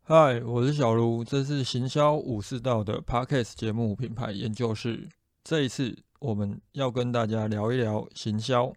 嗨，我是小卢，这是行销武士道的 Podcast 节目品牌研究室。这一次我们要跟大家聊一聊行销。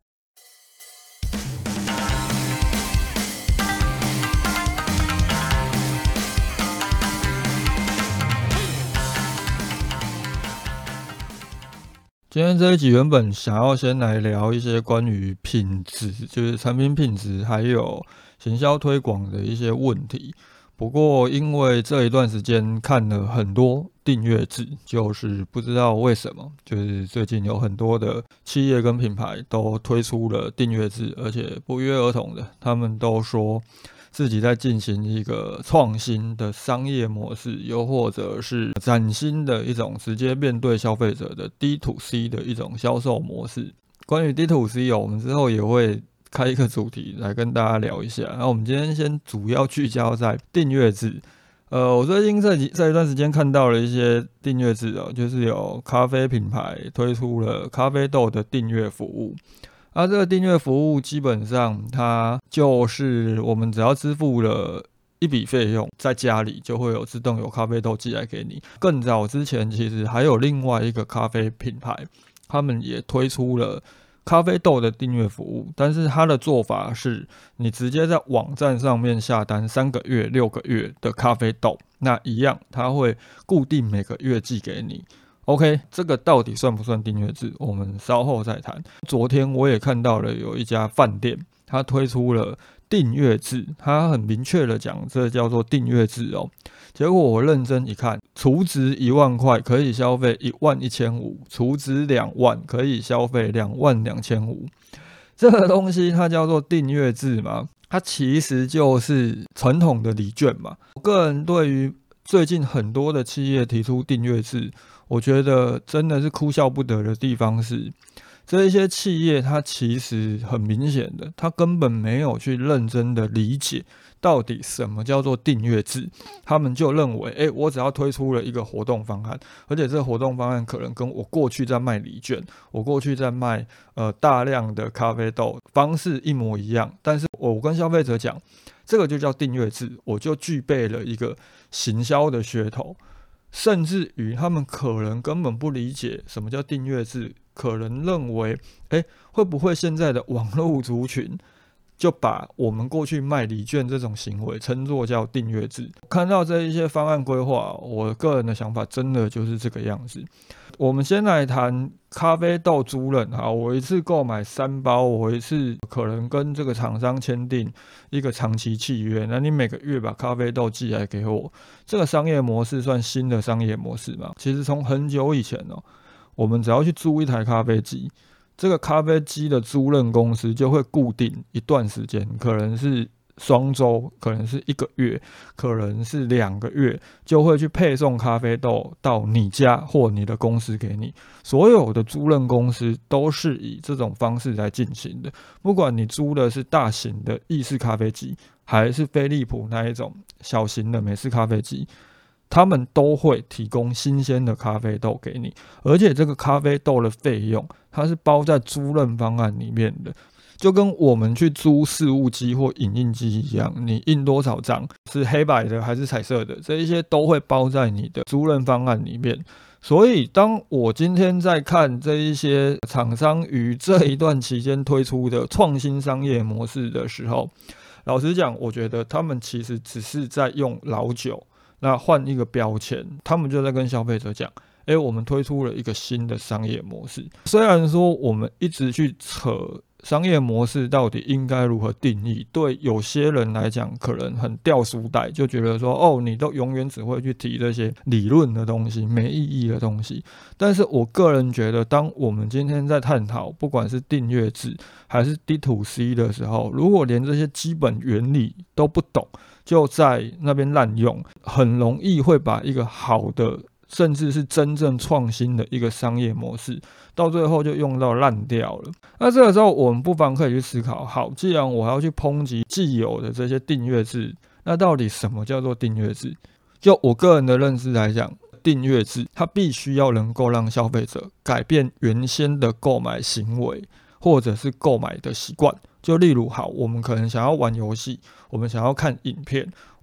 今天这一集原本想要先来聊一些关于品质，就是产品品质，还有行销推广的一些问题。不过因为这一段时间看了很多订阅制，就是不知道为什么，就是最近有很多的企业跟品牌都推出了订阅制，而且不约而同的，他们都说自己在进行一个创新的商业模式，又或者是崭新的一种直接面对消费者的 D2C 的一种销售模式。关于 D2C 我们之后也会开一个主题来跟大家聊一下。那我们今天先主要聚焦在订阅制。我最近这一段时间看到了一些订阅制就是有咖啡品牌推出了咖啡豆的订阅服务。这个订阅服务基本上它就是我们只要支付了一笔费用，在家里就会自动有咖啡豆寄来给你。更早之前其实还有另外一个咖啡品牌，他们也推出了咖啡豆的订阅服务，但是它的做法是你直接在网站上面下单3个月、6个月的咖啡豆，那一样它会固定每个月寄给你。OK， 这个到底算不算订阅制？我们稍后再谈。昨天我也看到了有一家饭店，它推出了订阅制，它很明确的讲，这叫做订阅制哦。结果我认真一看，储值1万块可以消费11500，储值2万可以消费22500。这个东西它叫做订阅制嘛？它其实就是传统的礼券嘛。我个人对于最近很多的企业提出订阅制，我觉得真的是哭笑不得的地方是，这一些企业它其实很明显的，它根本没有去认真的理解到底什么叫做订阅制。他们就认为，我只要推出了一个活动方案，而且这个活动方案可能跟我过去在卖礼券，我过去在卖大量的咖啡豆方式一模一样，但是我跟消费者讲，这个就叫订阅制，我就具备了一个行销的噱头。甚至于他们可能根本不理解什么叫订阅制，可能认为会不会现在的网络族群就把我们过去卖礼券这种行为称作叫订阅制。看到这一些方案规划，我个人的想法真的就是这个样子。我们先来谈咖啡豆租赁。好，我一次购买3包，我一次可能跟这个厂商签订一个长期契约，那你每个月把咖啡豆寄来给我，这个商业模式算新的商业模式吗？其实从很久以前我们只要去租一台咖啡机，这个咖啡机的租赁公司就会固定一段时间，可能是双周，可能是1个月，可能是2个月，就会去配送咖啡豆到你家或你的公司给你。所有的租赁公司都是以这种方式来进行的，不管你租的是大型的意式咖啡机，还是飞利浦那一种小型的美式咖啡机，他们都会提供新鲜的咖啡豆给你，而且这个咖啡豆的费用它是包在租赁方案里面的。就跟我们去租事务机或影印机一样，你印多少张，是黑白的还是彩色的，这一些都会包在你的租赁方案里面。所以当我今天在看这一些厂商于这一段期间推出的创新商业模式的时候，老实讲，我觉得他们其实只是在用老酒那换一个标签，他们就在跟消费者讲，我们推出了一个新的商业模式。虽然说我们一直去扯商业模式到底应该如何定义，对有些人来讲可能很掉书袋，就觉得说你都永远只会去提这些理论的东西，没意义的东西。但是我个人觉得，当我们今天在探讨不管是订阅制还是 D2C 的时候，如果连这些基本原理都不懂，就在那边滥用，很容易会把一个好的甚至是真正创新的一个商业模式，到最后就用到烂掉了。那这个时候我们不妨可以去思考，好，既然我要去抨击既有的这些订阅制，那到底什么叫做订阅制？就我个人的认知来讲，订阅制它必须要能够让消费者改变原先的购买行为，或者是购买的习惯。就例如好，我们可能想要玩游戏，我们想要看影片，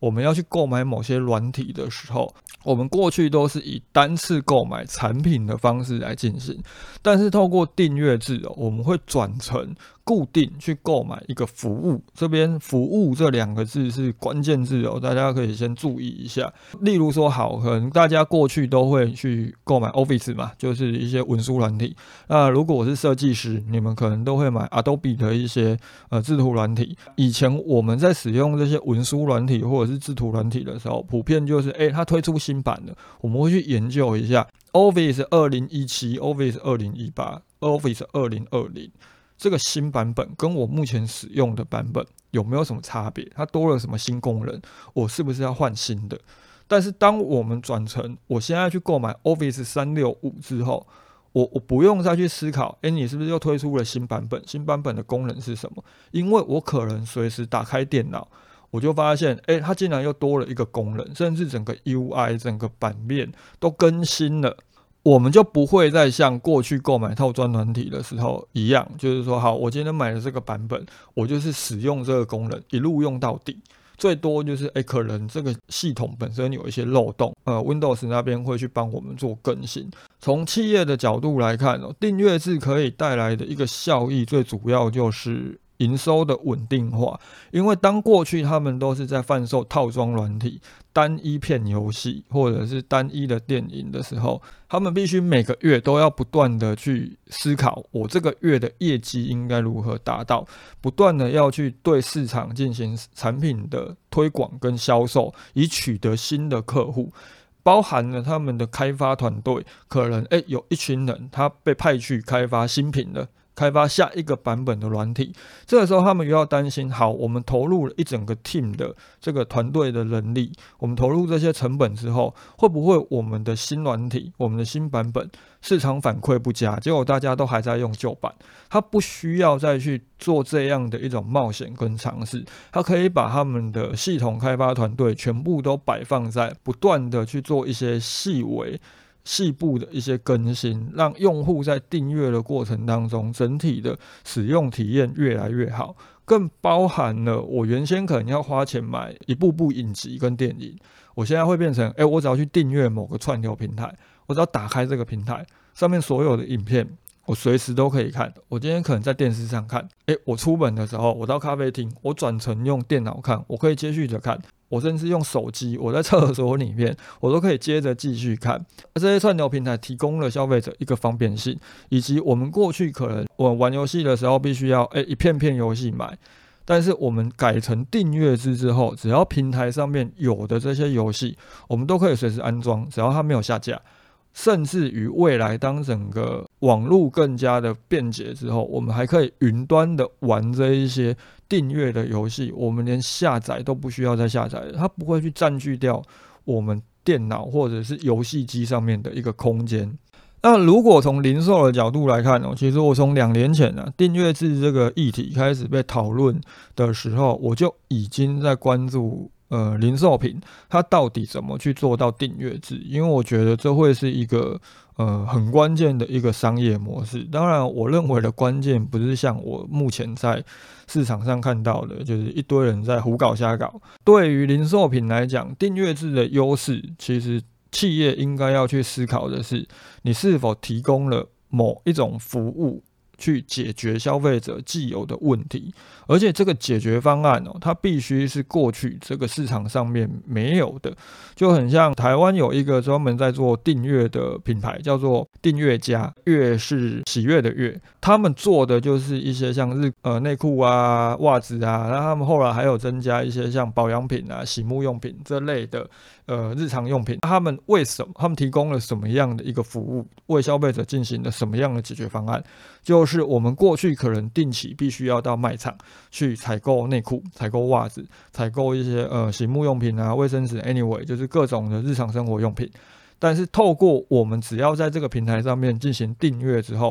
我们要去购买某些软体的时候，我们过去都是以单次购买产品的方式来进行，但是透过订阅制我们会转成固定去购买一个服务。这边服务这2个字是关键字大家可以先注意一下。例如说可能大家过去都会去购买 Office 嘛，就是一些文书软体。那如果我是设计师，你们可能都会买 Adobe 的一些制图软体。以前我们在使用这些文书软体或者是制图软体的时候，普遍就是它推出新版的，我们会去研究一下 Office 2017、Office 2018、Office 2020这个新版本跟我目前使用的版本有没有什么差别？它多了什么新功能？我是不是要换新的？但是当我们转成我现在去购买 Office 365之后，我不用再去思考，你是不是又推出了新版本？新版本的功能是什么？因为我可能随时打开电脑，我就发现，它竟然又多了一个功能，甚至整个 UI、整个版面都更新了。我们就不会再像过去购买套装软体的时候一样，就是说，好，我今天买的这个版本，我就是使用这个功能，一路用到底。最多就是可能这个系统本身有一些漏洞，Windows 那边会去帮我们做更新。从企业的角度来看订阅制可以带来的一个效益，最主要就是营收的稳定化。因为当过去他们都是在贩售套装软体、单一片游戏或者是单一的电影的时候，他们必须每个月都要不断的去思考，我这个月的业绩应该如何达到，不断的要去对市场进行产品的推广跟销售，以取得新的客户。包含了他们的开发团队，可能有一群人他被派去开发新品了，开发下一个版本的软体。这个时候他们又要担心，好，我们投入了一整个 team 的这个团队的人力，我们投入这些成本之后，会不会我们的新软体、我们的新版本市场反馈不佳，结果大家都还在用旧版？他不需要再去做这样的一种冒险跟尝试，他可以把他们的系统开发团队全部都摆放在不断的去做一些细部的一些更新，让用户在订阅的过程当中，整体的使用体验越来越好。更包含了我原先可能要花钱买一部影集跟电影，我现在会变成我只要去订阅某个串流平台，我只要打开这个平台上面所有的影片，我随时都可以看。我今天可能在电视上看，我出门的时候，我到咖啡厅，我转成用电脑看，我可以接续着看。我甚至用手机，我在厕所里面，我都可以接着继续看。这些串流平台提供了消费者一个方便性，以及我们过去可能我们玩游戏的时候必须要一片片游戏买，但是我们改成订阅制之后，只要平台上面有的这些游戏，我们都可以随时安装，只要它没有下架。甚至于未来当整个网络更加的便捷之后，我们还可以云端的玩这一些订阅的游戏，我们连下载都不需要再下载了，它不会去占据掉我们电脑或者是游戏机上面的一个空间。那如果从零售的角度来看其实我从2年前订阅制这个议题开始被讨论的时候，我就已经在关注零售品它到底怎么去做到订阅制，因为我觉得这会是一个很关键的一个商业模式。当然我认为的关键不是像我目前在市场上看到的，就是一堆人在胡搞瞎搞。对于零售品来讲，订阅制的优势，其实企业应该要去思考的是，你是否提供了某一种服务去解决消费者既有的问题，而且这个解决方案它必须是过去这个市场上面没有的。就很像台湾有一个专门在做订阅的品牌，叫做订阅家，悦是喜悦的悦，他们做的就是一些像内裤啊、袜子啊，那他们后来还有增加一些像保养品啊、洗沐用品这类的日常用品。他们提供了什么样的一个服务，为消费者进行了什么样的解决方案？就是我们过去可能定期必须要到卖场去采购内裤、采购袜子、采购一些洗沐用品啊、卫生纸 ，anyway 就是各种的日常生活用品。但是透过我们只要在这个平台上面进行订阅之后，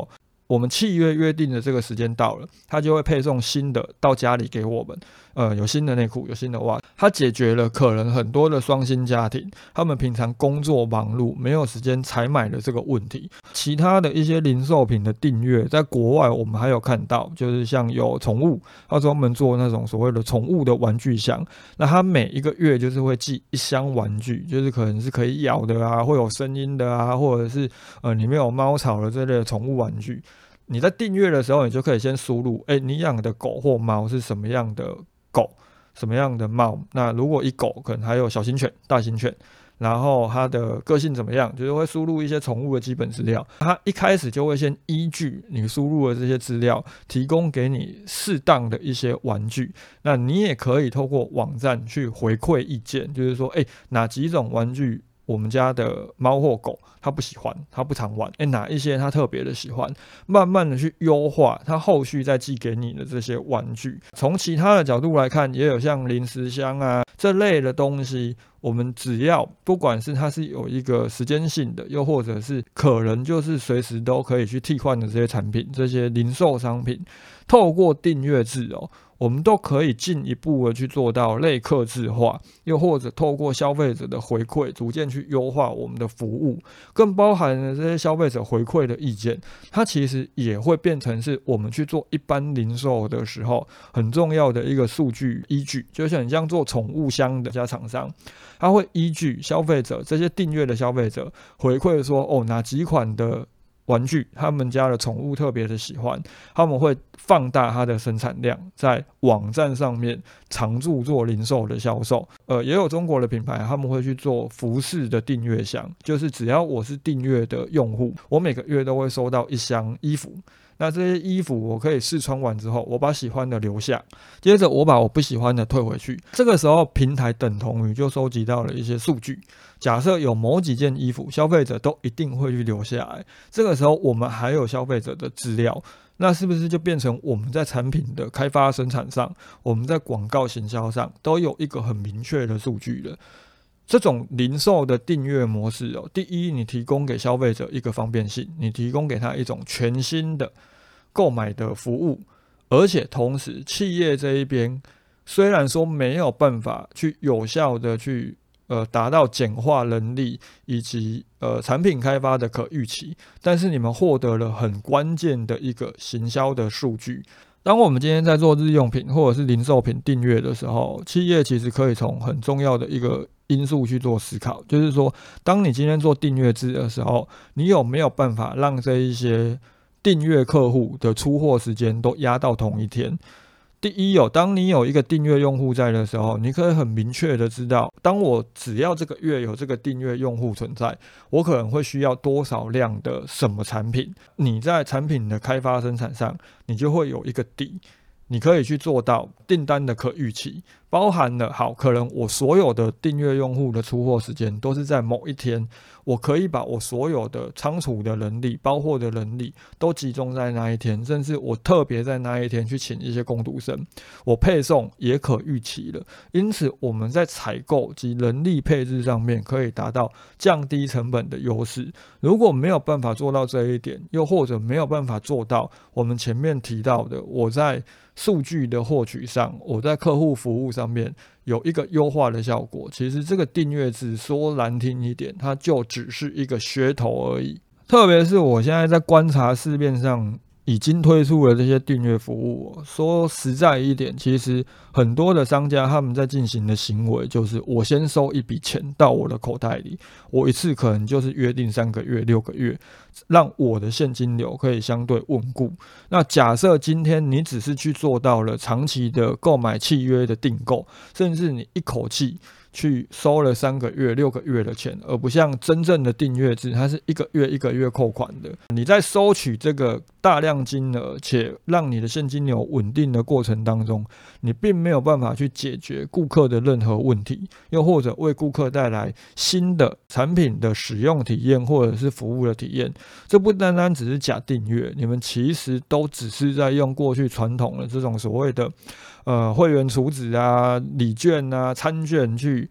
我们契约约定的这个时间到了，他就会配送新的到家里给我们。有新的内裤，有新的袜子，它解决了可能很多的双薪家庭，他们平常工作忙碌，没有时间采买的这个问题。其他的一些零售品的订阅，在国外我们还有看到，就是像有宠物，他专门做那种所谓的宠物的玩具箱，那他每一个月就是会寄一箱玩具，就是可能是可以咬的啊，会有声音的啊，或者是里面有猫草的这类的宠物玩具。你在订阅的时候，你就可以先输入，你养的狗或猫是什么样的狗，什么样的猫。那如果一狗可能还有小型犬、大型犬，然后它的个性怎么样，就是会输入一些宠物的基本资料。它一开始就会先依据你输入的这些资料，提供给你适当的一些玩具。那你也可以透过网站去回馈意见，就是说，哪几种玩具我们家的猫或狗它不喜欢，它不常玩，哪一些它特别的喜欢，慢慢的去优化它后续再寄给你的这些玩具。从其他的角度来看，也有像零食箱啊这类的东西，我们只要不管是它是有一个时间性的，又或者是可能就是随时都可以去替换的这些产品，这些零售商品，透过订阅制我们都可以进一步的去做到类客制化，又或者透过消费者的回馈，逐渐去优化我们的服务，更包含了这些消费者回馈的意见，它其实也会变成是我们去做一般零售的时候很重要的一个数据依据。就像你这样做宠物箱的家厂商，他会依据消费者这些订阅的消费者回馈说，哪几款的玩具他们家的宠物特别的喜欢，他们会放大它的生产量，在网站上面常驻做零售的销售。也有中国的品牌他们会去做服饰的订阅箱，就是只要我是订阅的用户，我每个月都会收到一箱衣服。那这些衣服我可以试穿完之后，我把喜欢的留下，接着我把我不喜欢的退回去。这个时候平台等同于就收集到了一些数据，假设有某几件衣服消费者都一定会去留下来，这个时候我们还有消费者的资料，那是不是就变成我们在产品的开发生产上，我们在广告行销上都有一个很明确的数据了？这种零售的订阅模式第一，你提供给消费者一个方便性，你提供给他一种全新的购买的服务，而且同时企业这一边虽然说没有办法去有效的去达到简化人力以及产品开发的可预期，但是你们获得了很关键的一个行销的数据。当我们今天在做日用品或者是零售品订阅的时候，企业其实可以从很重要的一个因素去做思考，就是说当你今天做订阅制的时候，你有没有办法让这一些订阅客户的出货时间都压到同一天？第一，当你有一个订阅用户在的时候，你可以很明确的知道，当我只要这个月有这个订阅用户存在，我可能会需要多少量的什么产品。你在产品的开发生产上，你就会有一个底，你可以去做到订单的可预期，包含了可能我所有的订阅用户的出货时间都是在某一天，我可以把我所有的仓储的人力、包货的人力都集中在那一天，甚至我特别在那一天去请一些工读生，我配送也可预期了。因此我们在采购及人力配置上面可以达到降低成本的优势。如果没有办法做到这一点，又或者没有办法做到我们前面提到的，我在数据的获取上，我在客户服务上面有一个优化的效果，其实这个订阅制说难听一点，它就只是一个噱头而已。特别是我现在在观察市面上已经推出的这些订阅服务，说实在一点，其实很多的商家他们在进行的行为就是我先收一笔钱到我的口袋里，我一次可能就是约定3个月、6个月，让我的现金流可以相对稳固。那假设今天你只是去做到了长期的购买契约的订购，甚至你一口气去收了3个月、6个月的钱，而不像真正的订阅制，它是1个月1个月扣款的。你在收取这个大量金额且让你的现金流稳定的过程当中，你并没有办法去解决顾客的任何问题，又或者为顾客带来新的产品的使用体验或者是服务的体验。这不单单只是假订阅，你们其实都只是在用过去传统的这种所谓的会员储值啊、礼券啊、餐券去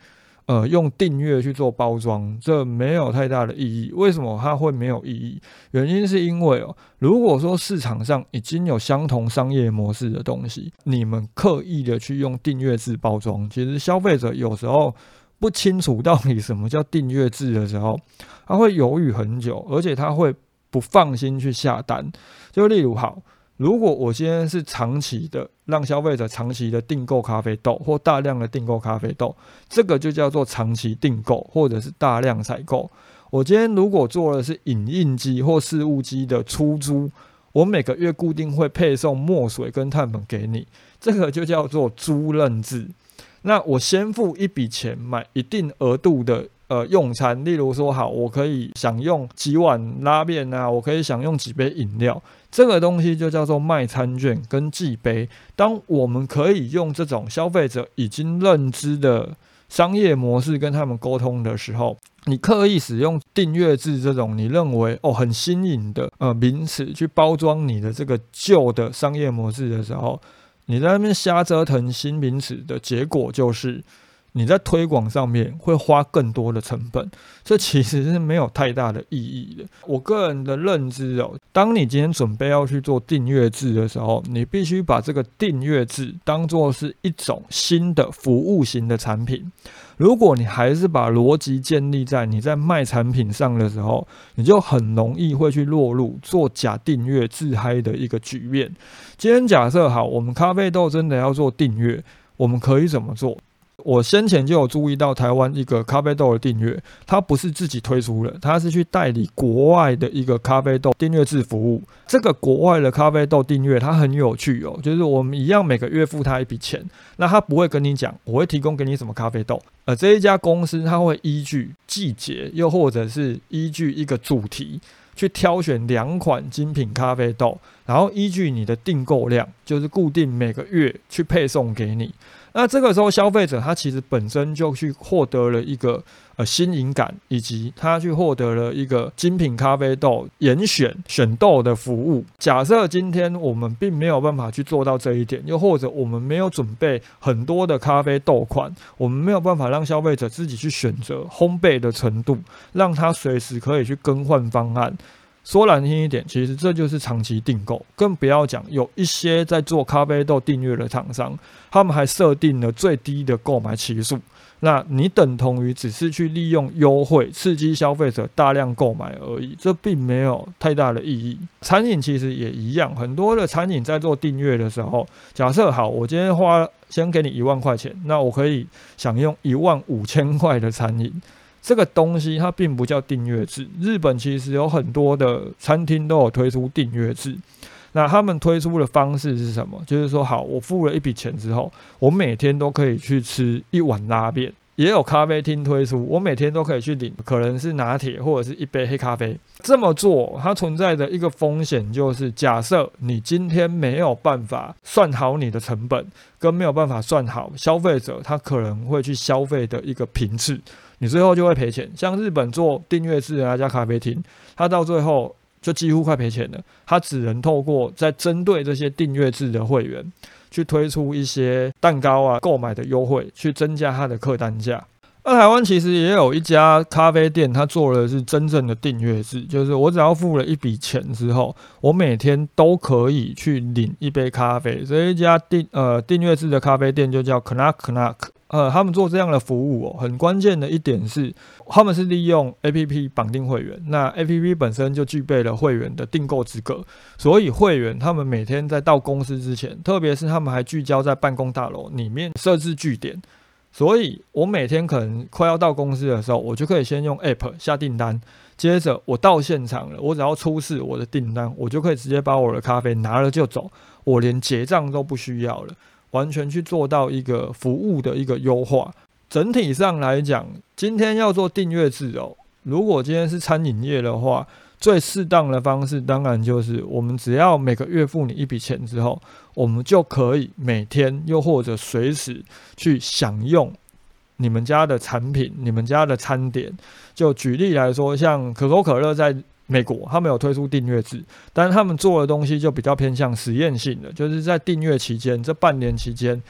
用订阅去做包装，这没有太大的意义。为什么它会没有意义？原因是因为如果说市场上已经有相同商业模式的东西，你们刻意的去用订阅制包装，其实消费者有时候不清楚到底什么叫订阅制的时候，他会犹豫很久，而且他会不放心去下单。就例如如果我今天是长期的让消费者长期的订购咖啡豆或大量的订购咖啡豆，这个就叫做长期订购或者是大量采购。我今天如果做的是影印机或事务机的出租，我每个月固定会配送墨水跟碳粉给你，这个就叫做租赁制。那我先付一笔钱买一定额度的用餐，例如说我可以享用几碗拉面啊，我可以享用几杯饮料，这个东西就叫做卖餐券跟寄杯。当我们可以用这种消费者已经认知的商业模式跟他们沟通的时候，你刻意使用订阅制这种你认为很新颖的名词去包装你的这个旧的商业模式的时候，你在那边瞎折腾新名词的结果就是你在推广上面会花更多的成本，这其实是没有太大的意义的。我个人的认知当你今天准备要去做订阅制的时候，你必须把这个订阅制当作是一种新的服务型的产品。如果你还是把逻辑建立在你在卖产品上的时候，你就很容易会去落入做假订阅自嗨的一个局面。今天假设我们咖啡豆真的要做订阅，我们可以怎么做？我先前就有注意到台湾一个咖啡豆的订阅，它不是自己推出的，它是去代理国外的一个咖啡豆订阅制服务。这个国外的咖啡豆订阅它很有趣就是我们一样每个月付它一笔钱，那它不会跟你讲我会提供给你什么咖啡豆，这一家公司它会依据季节又或者是依据一个主题去挑选2款精品咖啡豆，然后依据你的订购量，就是固定每个月去配送给你。那这个时候消费者他其实本身就去获得了一个新颖感，以及他去获得了一个精品咖啡豆选豆的服务。假设今天我们并没有办法去做到这一点，又或者我们没有准备很多的咖啡豆款，我们没有办法让消费者自己去选择烘焙的程度，让他随时可以去更换方案。说难听一点，其实这就是长期订购，更不要讲有一些在做咖啡豆订阅的厂商，他们还设定了最低的购买期数。那你等同于只是去利用优惠刺激消费者大量购买而已，这并没有太大的意义。餐饮其实也一样，很多的餐饮在做订阅的时候，假设我今天先给你1万块钱，那我可以享用15000块的餐饮。这个东西它并不叫订阅制，日本其实有很多的餐厅都有推出订阅制。那他们推出的方式是什么？就是说我付了一笔钱之后，我每天都可以去吃1碗拉面。也有咖啡厅推出，我每天都可以去领，可能是拿铁或者是一杯黑咖啡。这么做它存在的一个风险就是，假设你今天没有办法算好你的成本，跟没有办法算好消费者他可能会去消费的一个频次，你最后就会赔钱。像日本做订阅制的那家咖啡厅，他到最后就几乎快赔钱了，他只能透过在针对这些订阅制的会员去推出一些蛋糕购买的优惠，去增加它的客单价。那台湾其实也有一家咖啡店，它做的是真正的订阅制，就是我只要付了一笔钱之后，我每天都可以去领一杯咖啡。这一家订阅制的咖啡店就叫 Knack。他们做这样的服务很关键的一点是，他们是利用 APP 绑定会员，那 APP 本身就具备了会员的订购资格，所以会员他们每天在到公司之前，特别是他们还聚焦在办公大楼里面设置据点，所以我每天可能快要到公司的时候，我就可以先用 App 下订单，接着我到现场了，我只要出示我的订单，我就可以直接把我的咖啡拿了就走，我连结账都不需要了，完全去做到一个服务的一个优化。整体上来讲，今天要做订阅制如果今天是餐饮业的话，最适当的方式当然就是我们只要每个月付你一笔钱之后，我们就可以每天又或者随时去享用你们家的产品，你们家的餐点。就举例来说，像可口可乐在美国他们有推出订阅制，但是他们做的东西就比较偏向实验性的，就是在订阅期间这半年期间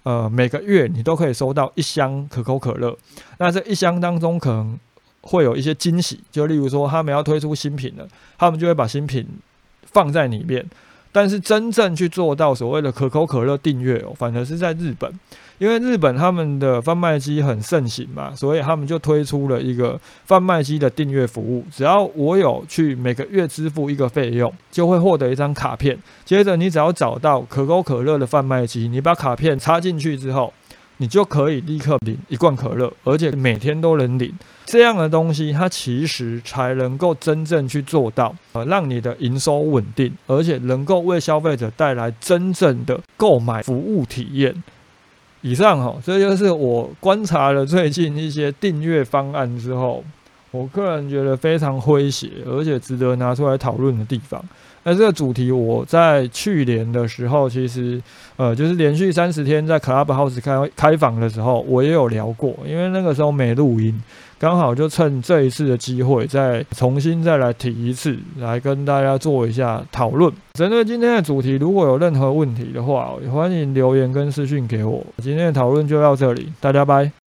每个月你都可以收到1箱可口可乐。那这1箱当中可能会有一些惊喜，就例如说他们要推出新品了，他们就会把新品放在里面。但是真正去做到所谓的可口可乐订阅反而是在日本，因为日本他们的贩卖机很盛行嘛，所以他们就推出了一个贩卖机的订阅服务。只要我有去每个月支付一个费用，就会获得一张卡片。接着你只要找到可口可乐的贩卖机，你把卡片插进去之后，你就可以立刻领1罐可乐，而且每天都能领。这样的东西，它其实才能够真正去做到，让你的营收稳定，而且能够为消费者带来真正的购买服务体验。以上这就是我观察了最近一些订阅方案之后，我个人觉得非常诙谐，而且值得拿出来讨论的地方。那这个主题我在去年的时候，其实就是连续30天在 Clubhouse 开房的时候，我也有聊过，因为那个时候没录音，刚好就趁这一次的机会，再重新来提一次，来跟大家做一下讨论。针对今天的主题，如果有任何问题的话，也欢迎留言跟私讯给我。今天的讨论就到这里，大家拜。